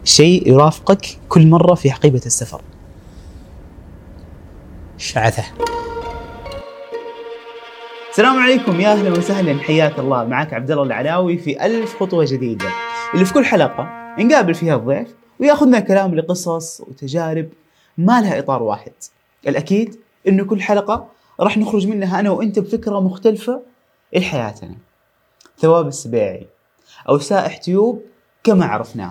شيء يرافقك كل مرة في حقيبة السفر. شعثة. السلام عليكم، يا أهلا وسهلا، حياك الله. معك عبد الله العلاوي في 1000 خطوة جديدة، اللي في كل حلقة نقابل فيها الضيف وياخذنا كلام لقصص وتجارب ما لها إطار واحد. الأكيد إنه كل حلقة راح نخرج منها أنا وإنت بفكرة مختلفة لحياتنا. ثواب السبيعي أو سائح تيوب كما عرفناه.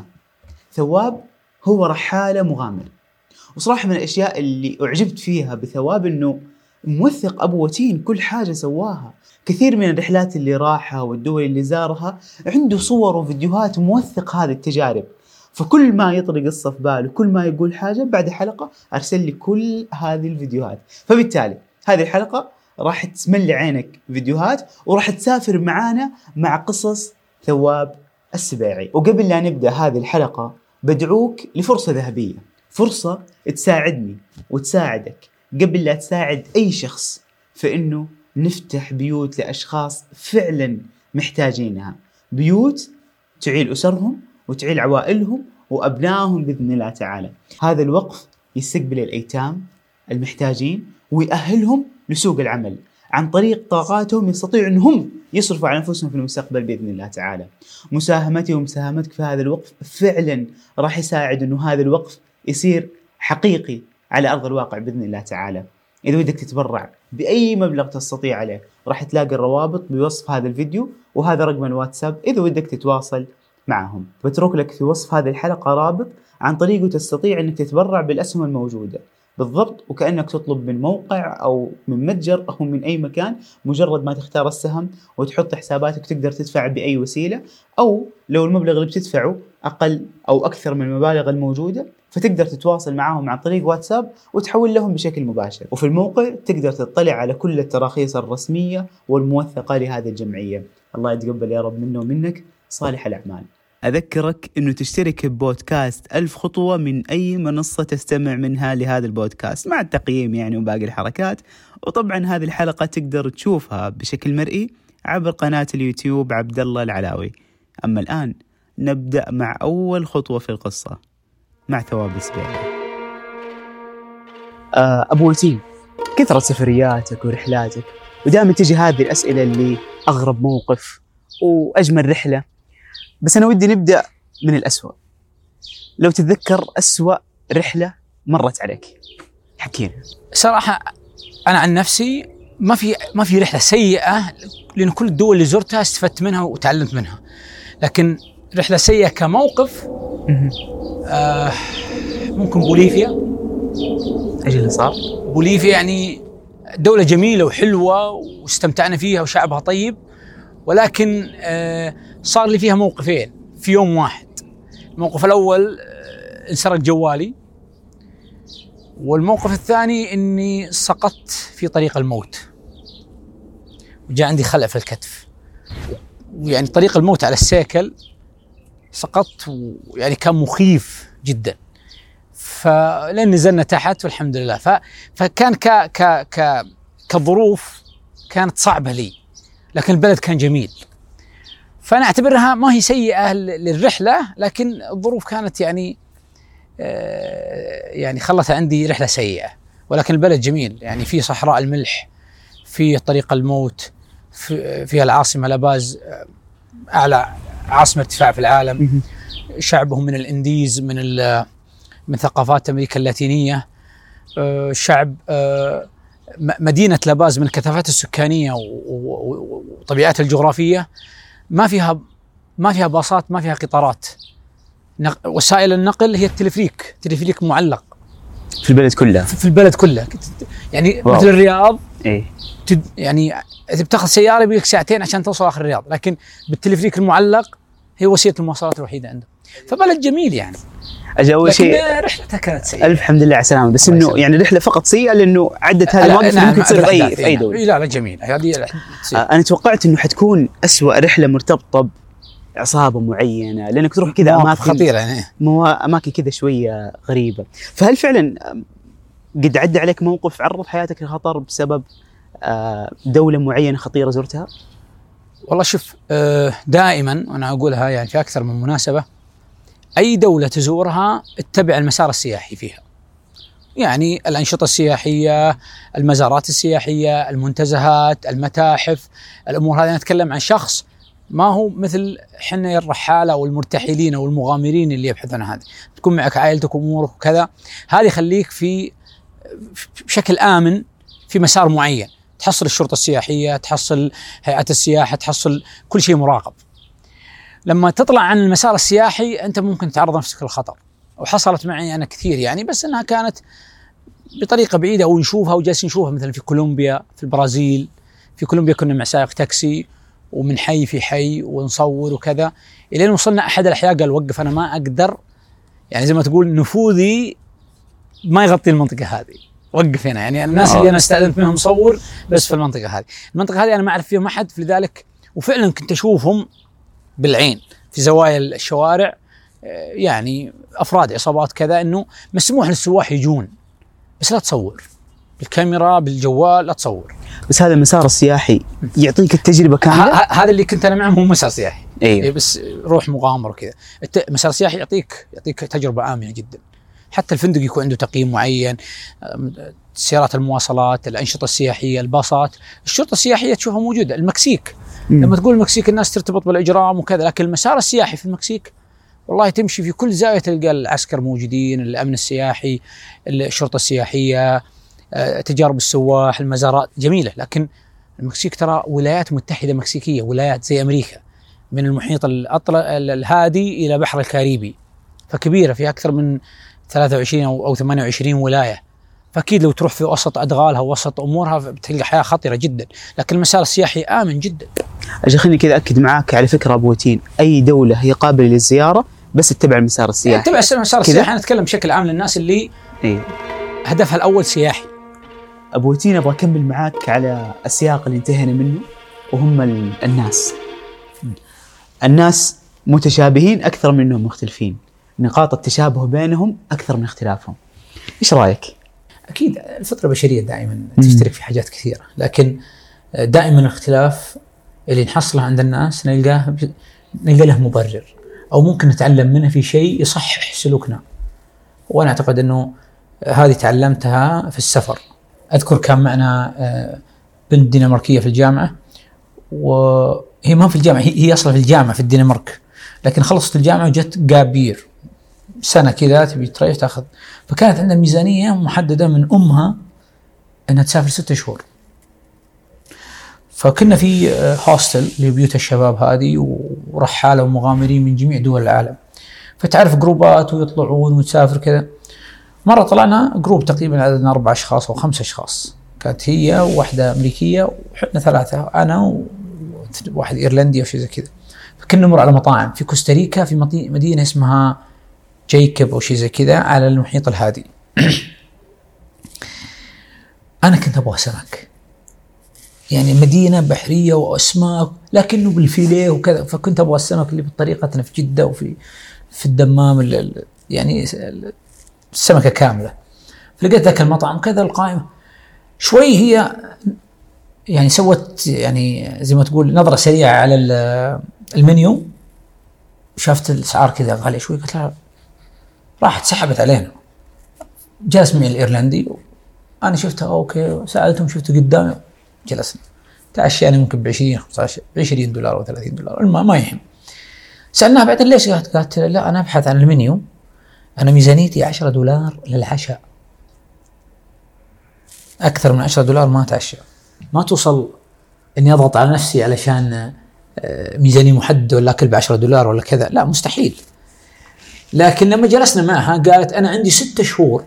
ثواب هو رحالة مغامر، وصراحة من الأشياء اللي أعجبت فيها بثواب إنه موثق أبو وتين كل حاجة سواها. كثير من الرحلات اللي راحها والدول اللي زارها عنده صور وفيديوهات موثق هذه التجارب، فكل ما يطرق قصة في باله، كل ما يقول حاجة بعد حلقة أرسل لي كل هذه الفيديوهات. فبالتالي هذه الحلقة راح تملي عينك فيديوهات وراح تسافر معانا مع قصص ثواب السبيعي. وقبل لا نبدأ هذه الحلقة بدعوك لفرصة ذهبية، فرصة تساعدني وتساعدك قبل لا تساعد أي شخص، فإنه نفتح بيوت لأشخاص فعلا محتاجينها، بيوت تعيل أسرهم وتعيل عوائلهم وأبنائهم بإذن الله تعالى. هذا الوقف يستقبل الأيتام المحتاجين ويأهلهم لسوق العمل عن طريق طاقاتهم، يستطيعوا أنهم يصرفوا على أنفسهم في المستقبل بإذن الله تعالى. مساهمتي ومساهمتك في هذا الوقف فعلا راح يساعد أنه هذا الوقف يصير حقيقي على أرض الواقع بإذن الله تعالى. إذا ودك تتبرع بأي مبلغ تستطيع عليه راح تلاقي الروابط بوصف هذا الفيديو، وهذا رقم الواتساب إذا ودك تتواصل معهم. بترك لك في وصف هذه الحلقة رابط عن طريقه تستطيع أنك تتبرع بالأسهم الموجودة بالضبط، وكأنك تطلب من موقع أو من متجر أو من أي مكان. مجرد ما تختار السهم وتحط حساباتك تقدر تدفع بأي وسيلة، أو لو المبلغ اللي بتدفعه أقل أو أكثر من المبالغ الموجودة فتقدر تتواصل معهم عن طريق واتساب وتحول لهم بشكل مباشر. وفي الموقع تقدر تطلع على كل التراخيص الرسمية والموثقة لهذه الجمعية. الله يتقبل يا رب منا ومنك صالح الأعمال. أذكرك أنه تشترك ببودكاست 1000 خطوة من أي منصة تستمع منها لهذا البودكاست مع التقييم يعني وباقي الحركات. وطبعا هذه الحلقة تقدر تشوفها بشكل مرئي عبر قناة اليوتيوب عبد الله العلاوي. أما الآن نبدأ مع أول خطوة في القصة مع ثواب السبيعي. أبو وتين، كثرة سفرياتك ورحلاتك ودائما تجي هذه الأسئلة اللي أغرب موقف وأجمل رحلة، بس أنا ودي نبدأ من الأسوأ. لو تتذكر أسوأ رحلة مرت عليك حكينا. صراحة أنا عن نفسي ما في رحلة سيئة، لأن كل الدول اللي زرتها استفدت منها وتعلمت منها. لكن رحلة سيئة كموقف ممكن بوليفيا. إيش اللي صار؟ بوليفيا يعني دولة جميلة وحلوة واستمتعنا فيها وشعبها طيب، ولكن صار لي فيها موقفين في يوم واحد. الموقف الأول انسرق جوالي، والموقف الثاني إني سقطت في طريق الموت وجاء عندي خلع في الكتف، يعني طريق الموت على السيكل. سقطت ويعني كان مخيف جدا، فلين نزلنا تحت والحمد لله. فكان كظروف كانت صعبة لي، لكن البلد كان جميل. فأنا أعتبرها ما هي سيئة للرحلة، لكن الظروف كانت يعني خلتها عندي رحلة سيئة. ولكن البلد جميل، يعني في صحراء الملح، في طريق الموت، فيها العاصمة لاباز، أعلى عاصمة ارتفاع في العالم. شعبهم من الإنديز، من ثقافات أمريكا اللاتينية. شعب مدينة لاباز من الكثافات السكانية وطبيعتها الجغرافية ما فيها باصات، ما فيها قطارات. وسائل النقل هي التلفريك معلق في البلد كلها. في البلد كلها يعني واو. مثل الرياض يعني إذا بتاخذ سيارة يبيلك ساعتين عشان توصل آخر الرياض، لكن بالتلفريك المعلق هي وسيلة المواصلات الوحيدة عنده. فبلد جميل يعني. أول شيء رحلتها كانت سيئة. ألف الحمد لله على السلامة، بس إنه يعني رحلة فقط سيئة لأنه عدت هذه المواقف ممكن تصير في أي دولة. لا جميل هذه. أنا توقعت إنه حتكون أسوأ رحلة مرتبطة بعصابة معينة، لأنك تروح كذا أماكن خطيرة يعني. أماكن كذا شوية غريبة. فهل فعلا قد عدى عليك موقف عرض حياتك للخطر بسبب دولة معينة خطيرة زرتها؟ والله شوف، دائما وأنا أقولها يعني في أكثر من مناسبة، أي دولة تزورها اتبع المسار السياحي فيها، يعني الأنشطة السياحية، المزارات السياحية، المنتزهات، المتاحف، الأمور هذه. نتكلم عن شخص ما هو مثل حنا الرحالة أو المرتحلين أو المغامرين اللي يبحثون عن هذا. تكون معك عائلتك وأمورك وكذا، هذه خليك في بشكل آمن في مسار معين، تحصل الشرطة السياحية، تحصل هيئة السياحة، تحصل كل شيء مراقب. لما تطلع عن المسار السياحي أنت ممكن تعرض نفسك للخطر، وحصلت معي أنا كثير يعني، بس أنها كانت بطريقة بعيدة أو نشوفها وجالسين نشوفها، مثلا في كولومبيا، في البرازيل. في كولومبيا كنا مع سائق تاكسي ومن حي في حي ونصور وكذا، إلين وصلنا أحد الأحياء قال وقف، أنا ما أقدر، يعني زي ما تقول نفوذي ما يغطي المنطقة هذه، وقف هنا. يعني الناس اللي أنا استأذنت منهم صور بس في المنطقة هذه أنا ما أعرف فيهم أحد، فلذلك وفعلا كنت أشوفهم بالعين في زوايا الشوارع، يعني أفراد عصابات كذا، إنه مسموح للسواح يجون بس لا تصور بالكاميرا بالجوال، لا تصور. بس هذا المسار السياحي يعطيك التجربة كاملة. هذا اللي كنت أنا معهم هو مسار سياحي. أيوه. بس روح مغامرة كذا. المسار السياحي يعطيك تجربة آمنة جدا. حتى الفندق يكون عنده تقييم معين، سيارات المواصلات، الأنشطة السياحية، الباصات، الشرطة السياحية تشوفها موجودة. المكسيك لما تقول المكسيك الناس ترتبط بالإجرام وكذا، لكن المسار السياحي في المكسيك والله تمشي في كل زاوية تلقى العسكر موجودين، الأمن السياحي، الشرطة السياحية، تجارب السواح، المزارات جميلة. لكن المكسيك ترى ولايات متحدة مكسيكية، ولايات زي أمريكا، من المحيط الهادي إلى بحر الكاريبي، فكبيرة فيها أكثر من 23 أو 28 ولاية. فأكيد لو تروح في وسط أدغالها ووسط أمورها بتلقى حياة خطيرة جدا، لكن المسار السياحي آمن جدا. أجل خليني كذا أكد معاك على فكرة أبو وتين، أي دولة هي قابلة للزيارة بس اتبع المسار السياحي. اتبع المسار السياحي. أنا أتكلم بشكل عام للناس اللي هدفها الأول سياحي. أبو وتين أبغى أكمل معاك على السياق اللي انتهينا منه، وهم الناس متشابهين أكثر منهم مختلفين، نقاط التشابه بينهم أكثر من اختلافهم. إيش رأيك؟ أكيد الفطرة البشرية دائما تشترك في حاجات كثيرة، لكن دائما الاختلاف اللي نحصله عند الناس نلقى له مبرر، أو ممكن نتعلم منه في شيء يصحح سلوكنا. وأنا أعتقد أنه هذه تعلمتها في السفر. أذكر كان معنا بنت دنماركية في الجامعة، وهي ما في الجامعة، هي أصلا في الجامعة في الدنمارك، لكن خلصت الجامعة وجت قابير سنة كذا تبي تريح تأخذ، فكانت عندها ميزانية محددة من أمها أنها تسافر 6 شهور. فكنا في هوستل لبيوت الشباب هذه، ورحالة ومغامرين من جميع دول العالم، فتعرف جروبات ويطلعون وتسافر كذا. مرة طلعنا جروب تقريبا عددنا 4 أشخاص أو 5 أشخاص، كانت هي وواحدة أمريكية وحنا 3، أنا وواحد إيرلندي أو شيء زي كذا. فكنا نمر على مطاعم في كوستاريكا، في مدينة اسمها جايكب أو شيء زي كذا على المحيط الهادي. أنا كنت أبغى سمك، يعني مدينة بحرية وأسماك لكنه بالفيليه وكذا، فكنت أبغى السمك اللي بطريقتنا في جدة وفي الدمام، يعني السمكة كاملة. فلقيت ذاك المطعم كذا القائمة شوي، هي يعني سوت يعني زي ما تقول نظرة سريعة على المنيو، شافت الأسعار كذا غالية شوي، قلت لها، راحت سحبت علينا. جالس معي الإيرلندي، أنا شفتها أوكي، سألتهم شفته قدامي، جلسنا تعشينا ممكن ب20 15 $20 أو $30، ما يهم. سألناها بعدين ليش؟ قالت لا أنا أبحث عن المنيو، أنا ميزانيتي $10 للعشاء، أكثر من $10 ما أتعشى، ما توصل إني أضغط على نفسي علشان ميزانية محددة ولا أكل $10 ولا كذا، لا مستحيل. لكن لما جلسنا معها قالت أنا عندي 6 شهور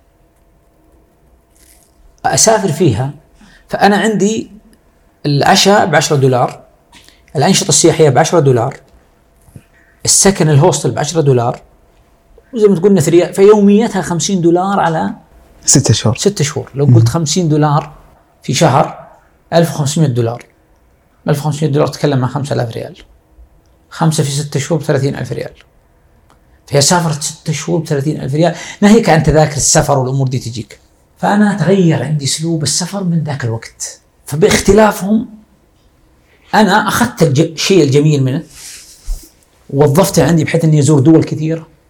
أسافر فيها، فأنا عندي العشاء $10، الأنشطة السياحية $10، السكن الهوستل $10، وزي ما تقولنا فيوميتها $50 على 6 شهور. 6 شهور لو قلت $50 في شهر $1500. $1500 تكلم عن $5000، 5 في 6 شهور ب30,000 ريال. فهي سافرت 6 شهور ب30,000 ريال، ناهيك عن تذاكر السفر والأمور دي تجيك. فأنا تغير عندي أسلوب السفر من ذاك الوقت، فباختلافهم أنا أخذت الشيء الجميل منه ووظفته عندي بحيث أني أزور دول كثيرة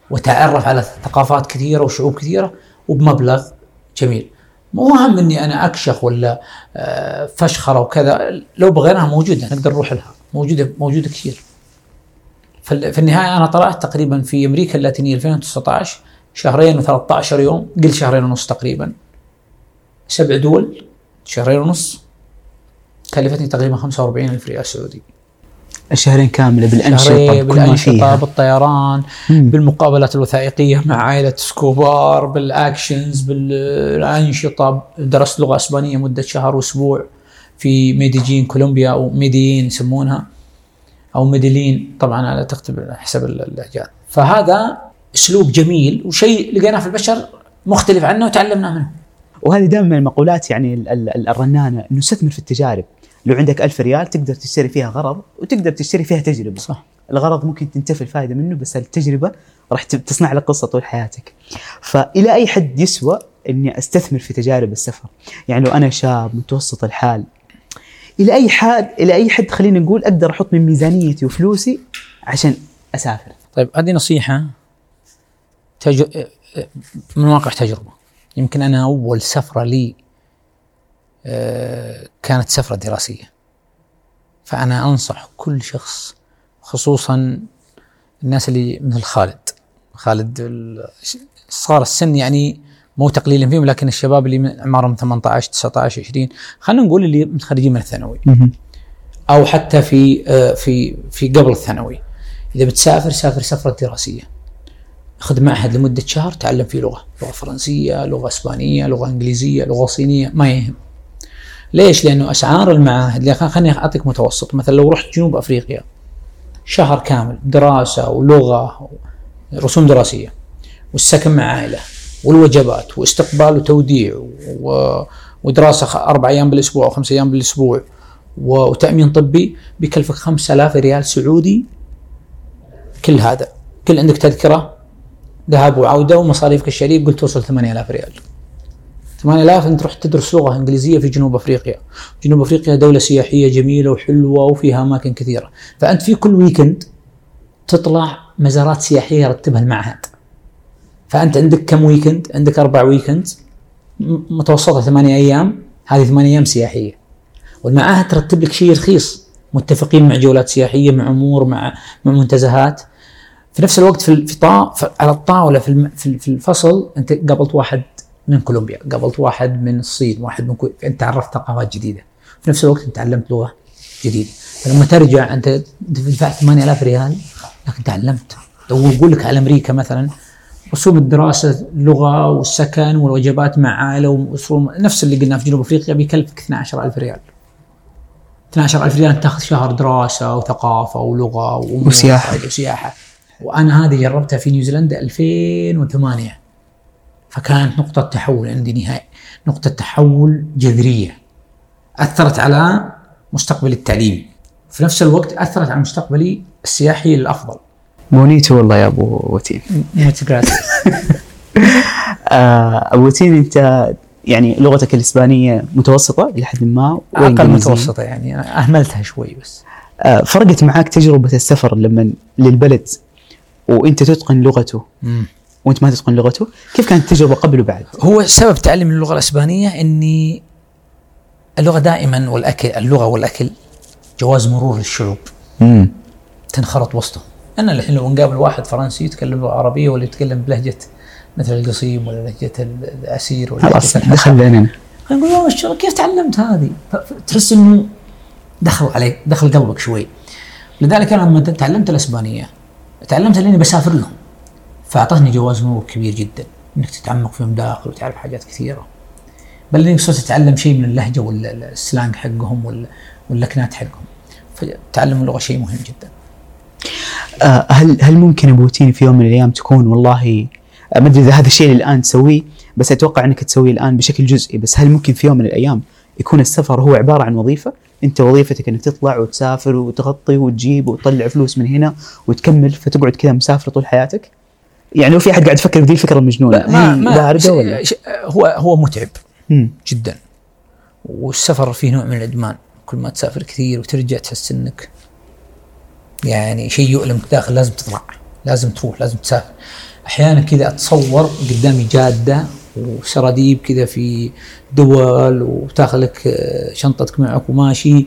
وتعرف على ثقافات كثيرة وشعوب كثيرة وبمبلغ جميل. مو هم اني انا اكشخ ولا فشخره وكذا، لو بغيناها موجوده نقدر نروح لها، موجوده كثير. في النهايه انا طلعت تقريبا في امريكا اللاتينيه 2019 شهرين و13 يوم، قل شهرين ونص تقريبا، 7 دول شهرين ونص، كلفتني تقريبا 45,000 ريال سعودي. الشهرين كامله بالانشطه، بالانشطه، بالطيران، بالمقابلات الوثائقيه مع عائله سكوبار، بالاكشنز، بالانشطه. درست لغه اسبانيه مده شهر واسبوع في ميديجين كولومبيا، او ميديين يسمونها، او ميدلين طبعا على تكتب حسب اللهجات. فهذا اسلوب جميل وشيء لقيناه في البشر مختلف عنه وتعلمنا منه. وهذه دائما من المقولات يعني الرنانه، انه استثمر في التجارب. لو عندك 1000 ريال تقدر تشتري فيها غرض وتقدر تشتري فيها تجربة. صح. الغرض ممكن تنتفي الفائدة منه، بس التجربة راح تصنع لك قصة طول حياتك. فإلى أي حد يسوى إني أستثمر في تجارب السفر؟ يعني لو أنا شاب متوسط الحال، إلى أي حد خلينا نقول أقدر أحط من ميزانيتي وفلوسي عشان أسافر؟ طيب هذه نصيحة من واقع تجربة. يمكن أنا أول سفرة لي كانت سفرة دراسية، فأنا أنصح كل شخص، خصوصا الناس اللي مثل خالد صار السن، يعني مو تقليلا فيهم، لكن الشباب اللي من عمرهم 18 19 20، خلينا نقول اللي متخرجين من الثانوي أو حتى في قبل الثانوي، إذا بتسافر سافر سفرة دراسية، أخذ معهد لمدة شهر تعلم فيه لغة فرنسية، لغة إسبانية، لغة إنجليزية، لغة صينية، ما يهم. ليش؟ لأنه أسعار المعاهد، خليني أعطيك متوسط، مثلا لو رحت جنوب أفريقيا شهر كامل دراسة ولغة رسوم دراسية والسكن مع عائلة والوجبات واستقبال وتوديع ودراسة 4 أيام بالأسبوع أو 5 أيام بالأسبوع وتأمين طبي، بيكلفك 5,000 ريال سعودي. كل هذا، كل عندك تذكرة ذهاب وعودة ومصاريفك الشريف، قلت توصل 8,000 ريال. 8,000 أنت رحت تدرس لغة إنجليزية في جنوب أفريقيا. جنوب أفريقيا دولة سياحية جميلة وحلوة وفيها أماكن كثيرة، فأنت في كل ويكند تطلع مزارات سياحية رتبها المعهد. فأنت عندك كم ويكند؟ عندك 4 ويكند متوسطة 8 أيام، هذه 8 أيام سياحية. والمعاهد ترتب لك شيء رخيص، متفقين مع جولات سياحية، مع أمور، مع منتزهات. في نفس الوقت على الطاولة في الفصل أنت قابلت واحد من كولومبيا، قابلت واحد من الصين، واحد من أنت عرفت ثقافات جديدة، في نفس الوقت أنت تعلمت لغة جديدة. فلما ترجع أنت دفعت 8,000 ريال لكن تعلمت. لو أقول لك على أمريكا مثلا، رسوم الدراسة، اللغة والسكن والوجبات مع عائلة ورسوم نفس اللي قلنا في جنوب أفريقيا بيكلفك 12,000 ريال. 12,000 ريال تأخذ شهر دراسة وثقافة ولغة وسياحة. وأنا هذه جربتها في نيوزيلندا 2008، فكانت نقطة تحول عندي نهائي، نقطة تحول جذرية أثرت على مستقبلي التعليمي، في نفس الوقت أثرت على مستقبلي السياحي الأفضل. بونيتو والله يا أبو وتين. أبو وتين، أنت يعني لغتك الإسبانية متوسطة إلى حد ما، أقل متوسطة، يعني أهملتها شوي بس. فرقت معاك تجربة السفر لما للبلد وأنت تتقن لغته وأنت ما تتقن لغته؟ كيف كانت التجربة قبل وبعد؟ هو سبب تعلم اللغة الإسبانية إني اللغة دائما اللغة والأكل جواز مرور للشعوب، تنخرط وسطهم. أنا الحين لو نقابل واحد فرنسي يتكلم لغة عربية ولا يتكلم بلهجة مثل القصيم ولا لهجة الأسير ولا لهجة دخل بيننا، نقول ما شاء الله كيف تعلمت هذه؟ تحس إنه دخل عليك، دخل قلبك شوي. لذلك أنا لما تعلمت الإسبانية تعلمت لأني بسافر لهم، فأعطتني جواز مرور كبير جدا إنك تتعمق فيهم داخل وتعرف حاجات كثيرة، بل إنك صرت تتعلم شيء من اللهجة ولا السلانج حقهم واللكنات حقهم. فتعلم اللغة شيء مهم جدا. هل ممكن أبو وتين في يوم من الأيام تكون، والله ما أدري إذا هذا الشيء اللي الآن تسويه، بس أتوقع أنك تسويه الآن بشكل جزئي، بس هل ممكن في يوم من الأيام يكون السفر هو عبارة عن وظيفة؟ أنت وظيفتك أنك تطلع وتسافر وتغطي وتجيب وتطلع فلوس من هنا وتكمل، فتقعد كذا مسافر طول حياتك؟ يعني لو في أحد قاعد يفكر بهذه الفكرة المجنونة، باردة ولا؟ هو متعب جدا، والسفر فيه نوع من الإدمان. كل ما تسافر كثير وترجع تحس إنك يعني شيء يؤلمك داخل، لازم تطلع، لازم تروح، لازم تسافر. أحيانا كذا أتصور قدامي جادة وسراديب كذا في دول، وتاخذ لك شنطتك معك وماشي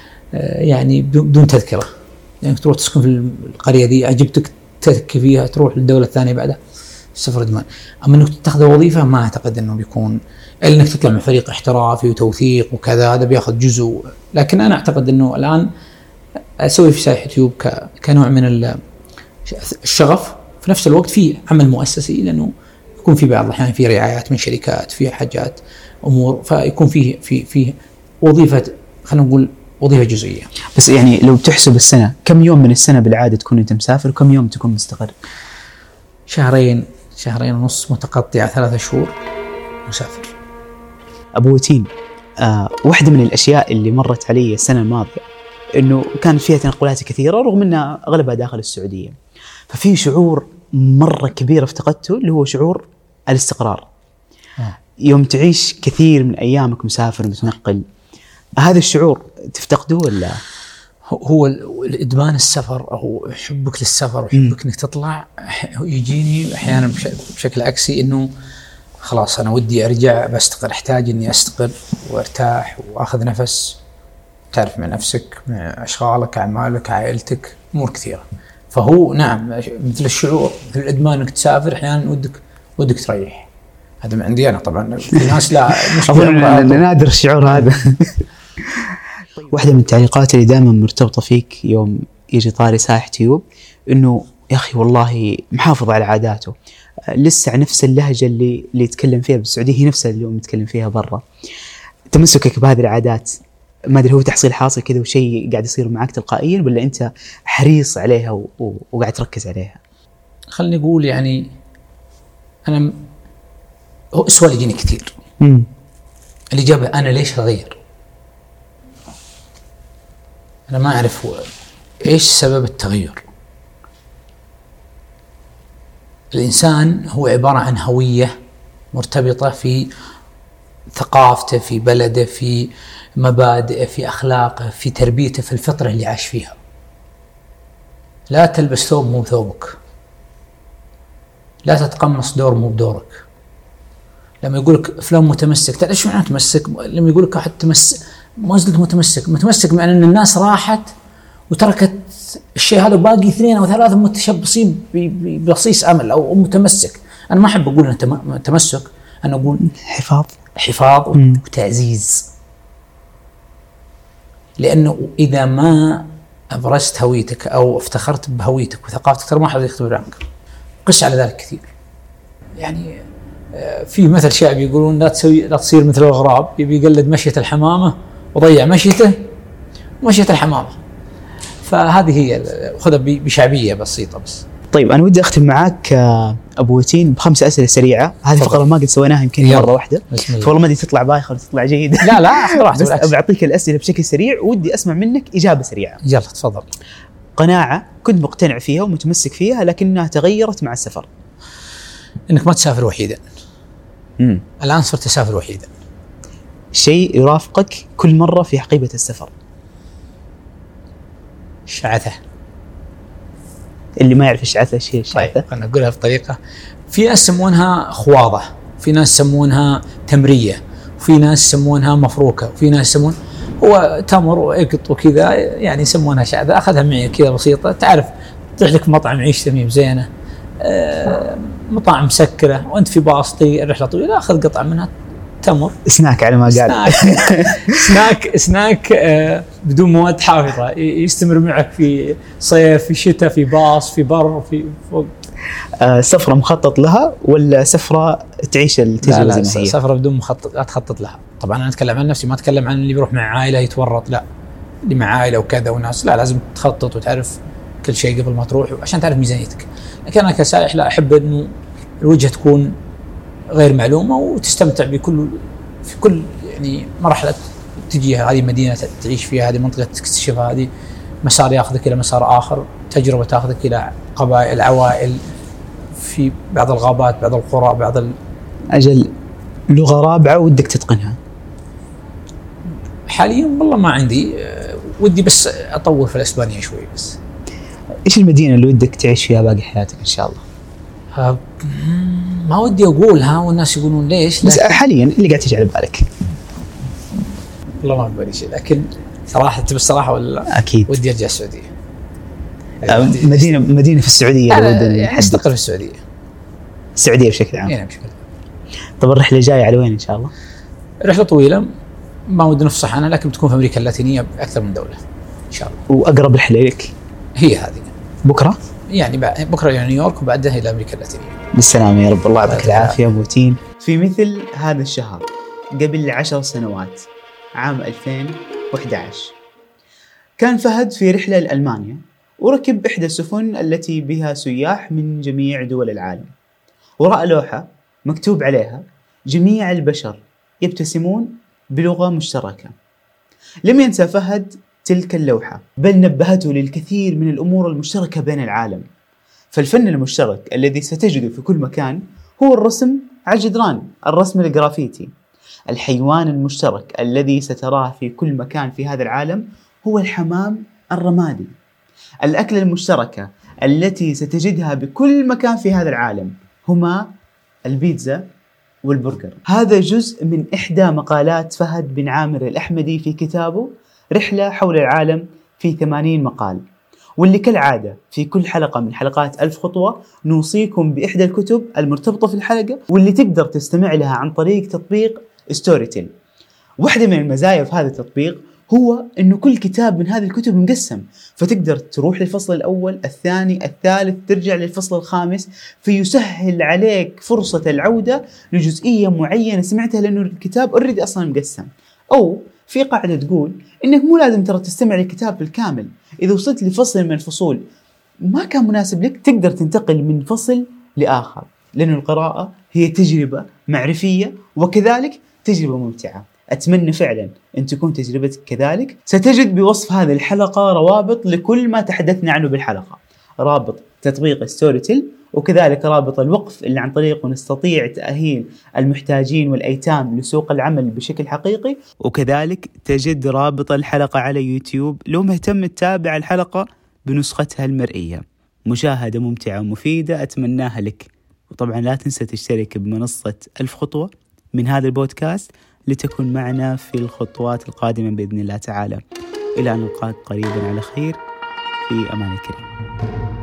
يعني بدون تذكرة، يعني تروح تسكن في القرية دي، عجبتك تذكي فيها تروح للدولة الثانية بعدها. السفر إدمان. أما أنك تتخذ وظيفة ما أعتقد أنه بيكون إلا أنك تطلع من فريق احترافي وتوثيق وكذا، هذا بياخذ جزء. لكن أنا أعتقد أنه الآن أسوي في سايح يوتيوب كنوع من الشغف، في نفس الوقت في عمل مؤسسي، لأنه يكون في بعض الأحيان في رعايات من شركات، في حاجات أمور، فيكون فيه وظيفة، خلينا نقول وظيفة جزئية. بس يعني لو بتحسب السنة، كم يوم من السنة بالعادة تكون أنت مسافر وكم يوم تكون مستقر؟ شهرين ونص متقطعة، 3 شهور مسافر. أبو وتين، واحدة من الأشياء اللي مرت علي السنة الماضية إنه كانت فيها تنقلات كثيرة رغم أنها أغلبها داخل السعودية، ففي شعور مرة كبير افتقدته اللي هو شعور الاستقرار. يوم تعيش كثير من أيامك مسافر متنقل، هذا الشعور تفتقده ولا؟ هو الإدمان السفر أو حبك للسفر وحبك إنك تطلع يجيني أحيانا بشكل عكسي، إنه خلاص أنا ودي أرجع بستقر، أحتاج إني أستقر وأرتاح وأخذ نفس، تعرف مع نفسك، مع أشغالك، أعمالك، عائلتك، أمور كثيرة. فهو نعم مثل الشعور، مثل الإدمان إنك تسافر أحيانا ودك تريح. هذا من عندي أنا طبعا، في ناس لا نادر الشعور هذا. واحدة من التعليقات اللي دائما مرتبطة فيك يوم يجي طاري سايح تيوب إنه يا أخي والله محافظ على عاداته، لسه نفس اللهجة اللي يتكلم فيها بالسعودية هي نفسها اللي يتكلم فيها برا. تمسكك بهذه العادات ما أدري هو تحصيل حاصل كذا وشيء قاعد يصير معك تلقائيا، ولا أنت حريص عليها وقاعد تركز عليها؟ خلني أقول يعني أنا هو السؤال يجيني كثير. الإجابة أنا ليش أغير؟ أنا ما أعرف إيش سبب التغير. الإنسان هو عبارة عن هوية مرتبطة في ثقافته، في بلده، في مبادئه، في أخلاقه، في تربيته، في الفطرة اللي عاش فيها. لا تلبس ثوب مو ثوبك، لا تتقمص دور مو بدورك. لما يقولك فلان متمسك، تعرف شو معنى متمسك؟ لما يقولك أحد تمسك، ما زلت متمسك معنى أن الناس راحت وتركت الشيء هذا وباقي 2 أو 3 متشبصين ببصيص أمل أو متمسك. أنا ما أحب أقول أن تمسك، أنا أقول حفاظ وتعزيز. لأنه إذا ما أبرزت هويتك أو افتخرت بهويتك وثقافتك ترى ما حد يختبر عنك. قس على ذلك كثير. يعني في مثل شعبي يقولون لا تصير مثل الغراب، يبي يقلد مشية الحمامة وضيع مشية الحمامة. فهذه هي خذها بشعبية بسيطة بس. طيب أنا ودي أختم معاك أبو وتين ب5 أسئلة سريعة. هذه فقرة ما قد سويناها يمكن مرة واحدة، فوالله ما دي تطلع بايخة ولا تطلع جيدة. لا أخذ راحتك. بس بعطيك الأسئلة بشكل سريع ودي أسمع منك إجابة سريعة. يلا تفضل. قناعة كنت مقتنع فيها ومتمسك فيها لكنها تغيرت مع السفر. إنك ما تسافر وحيدا. الآن صرت أسافر وحيدا. شيء يرافقك كل مرة في حقيبة السفر. الشعثة. اللي ما يعرف الشعثة شيء الشعثة. طيب أنا أقولها بطريقة، في ناس يسمونها خوارة، في ناس يسمونها تمرية، وفي ناس يسمونها مفروكة، وفي ناس يسمون هو تمر وإقط وكذا، يعني يسمونها شعثة. أخذها معي كذا بسيطة. تعرف تروح لك مطعم عيش تميم زينة، مطاعم مسكرة وأنت في باص رحلة طويلة، أخذ قطعة منها تمر سناك على ما قال سناك بدون مواد حافظة، يستمر معك في صيف، في شتاء، في باص، في بر، في فوق. سفرة مخطط لها ولا سفرة تعيش التجربة زي ما هي؟ سفرة بدون مخطط، لا تخطط لها. طبعا أنا أتكلم عن نفسي، ما أتكلم عن اللي بيروح مع عائلة يتورط، لا اللي مع عائلة وكذا وناس، لا لازم تخطط وتعرف كل شيء قبل ما تروح عشان تعرف ميزانيتك. لكن أنا كسائح لا أحب إنه الوجهة تكون غير معلومة وتستمتع في كل يعني مرحلة تجيها. هذه مدينة تعيش فيها، هذه منطقة تكتشفها، هذه مسار يأخذك إلى مسار آخر، تجربة تأخذك إلى قبائل، عوائل، في بعض الغابات، بعض القرى، أجل لغة رابعة ودك تتقنها؟ حاليا والله ما عندي، ودي بس أطور في الإسبانية شوي بس. إيش المدينة اللي ودك تعيش فيها باقي حياتك إن شاء الله؟ ما ودي أقولها والناس يقولون ليش، بس حاليا اللي قاعد تجي على بالك. والله ما بالي شيء، لكن صراحة تبي الصراحة ولا أكيد ودي أرجع السعودية. مدينة في السعودية يعني أستقر في السعودية. السعودية بشكل عام. يعني بشكل. طب الرحلة الجاية على وين إن شاء الله؟ رحلة طويلة ما ودي نفصح عنها، لكن بتكون في أمريكا اللاتينية بأكثر من دولة إن شاء الله. وأقرب رحلة لك هي هذه بكرة؟ يعني بكرة إلى نيويورك وبعدها إلى أمريكا اللاتينية. بالسلامة يا رب، الله يعطيك العافية بوتين. في مثل هذا الشهر قبل 10 سنوات عام 2011 كان فهد في رحلة لألمانيا، وركب إحدى السفن التي بها سياح من جميع دول العالم، ورأى لوحة مكتوب عليها جميع البشر يبتسمون بلغة مشتركة. لم ينسى فهد تلك اللوحة، بل نبهته للكثير من الأمور المشتركة بين العالم. فالفن المشترك الذي ستجده في كل مكان هو الرسم على الجدران، الرسم الجرافيتي. الحيوان المشترك الذي ستراه في كل مكان في هذا العالم هو الحمام الرمادي. الأكلة المشتركة التي ستجدها بكل مكان في هذا العالم هما البيتزا والبرجر. هذا جزء من إحدى مقالات فهد بن عامر الأحمدي في كتابه رحلة حول العالم في 80 مقال، واللي كالعادة في كل حلقة من حلقات 1000 خطوة نوصيكم بإحدى الكتب المرتبطة في الحلقة، واللي تقدر تستمع لها عن طريق تطبيق ستوريتيل. واحدة من المزايا في هذا التطبيق هو إنه كل كتاب من هذه الكتب مقسم، فتقدر تروح للفصل الأول، الثاني، الثالث، ترجع للفصل الخامس، فيسهل عليك فرصة العودة لجزئية معينة سمعتها لأنه الكتاب أوريدي أصلا مقسم. أو في قاعدة تقول إنك مو لازم ترى تستمع للكتاب بالكامل، إذا وصلت لفصل من الفصول ما كان مناسب لك تقدر تنتقل من فصل لآخر، لأن القراءة هي تجربة معرفية وكذلك تجربة ممتعة. أتمنى فعلا أن تكون تجربتك كذلك. ستجد بوصف هذه الحلقة روابط لكل ما تحدثنا عنه بالحلقة، رابط تطبيق ستوريتيل، وكذلك رابط الوقف اللي عن طريقه نستطيع تأهيل المحتاجين والأيتام لسوق العمل بشكل حقيقي، وكذلك تجد رابط الحلقة على يوتيوب لو مهتم تتابع الحلقة بنسختها المرئية. مشاهدة ممتعة ومفيدة أتمناها لك. وطبعا لا تنسى تشترك بمنصة 1000 خطوة من هذا البودكاست لتكون معنا في الخطوات القادمة بإذن الله تعالى. إلى أن نلقاك قريبا على خير، في أمان الكريم.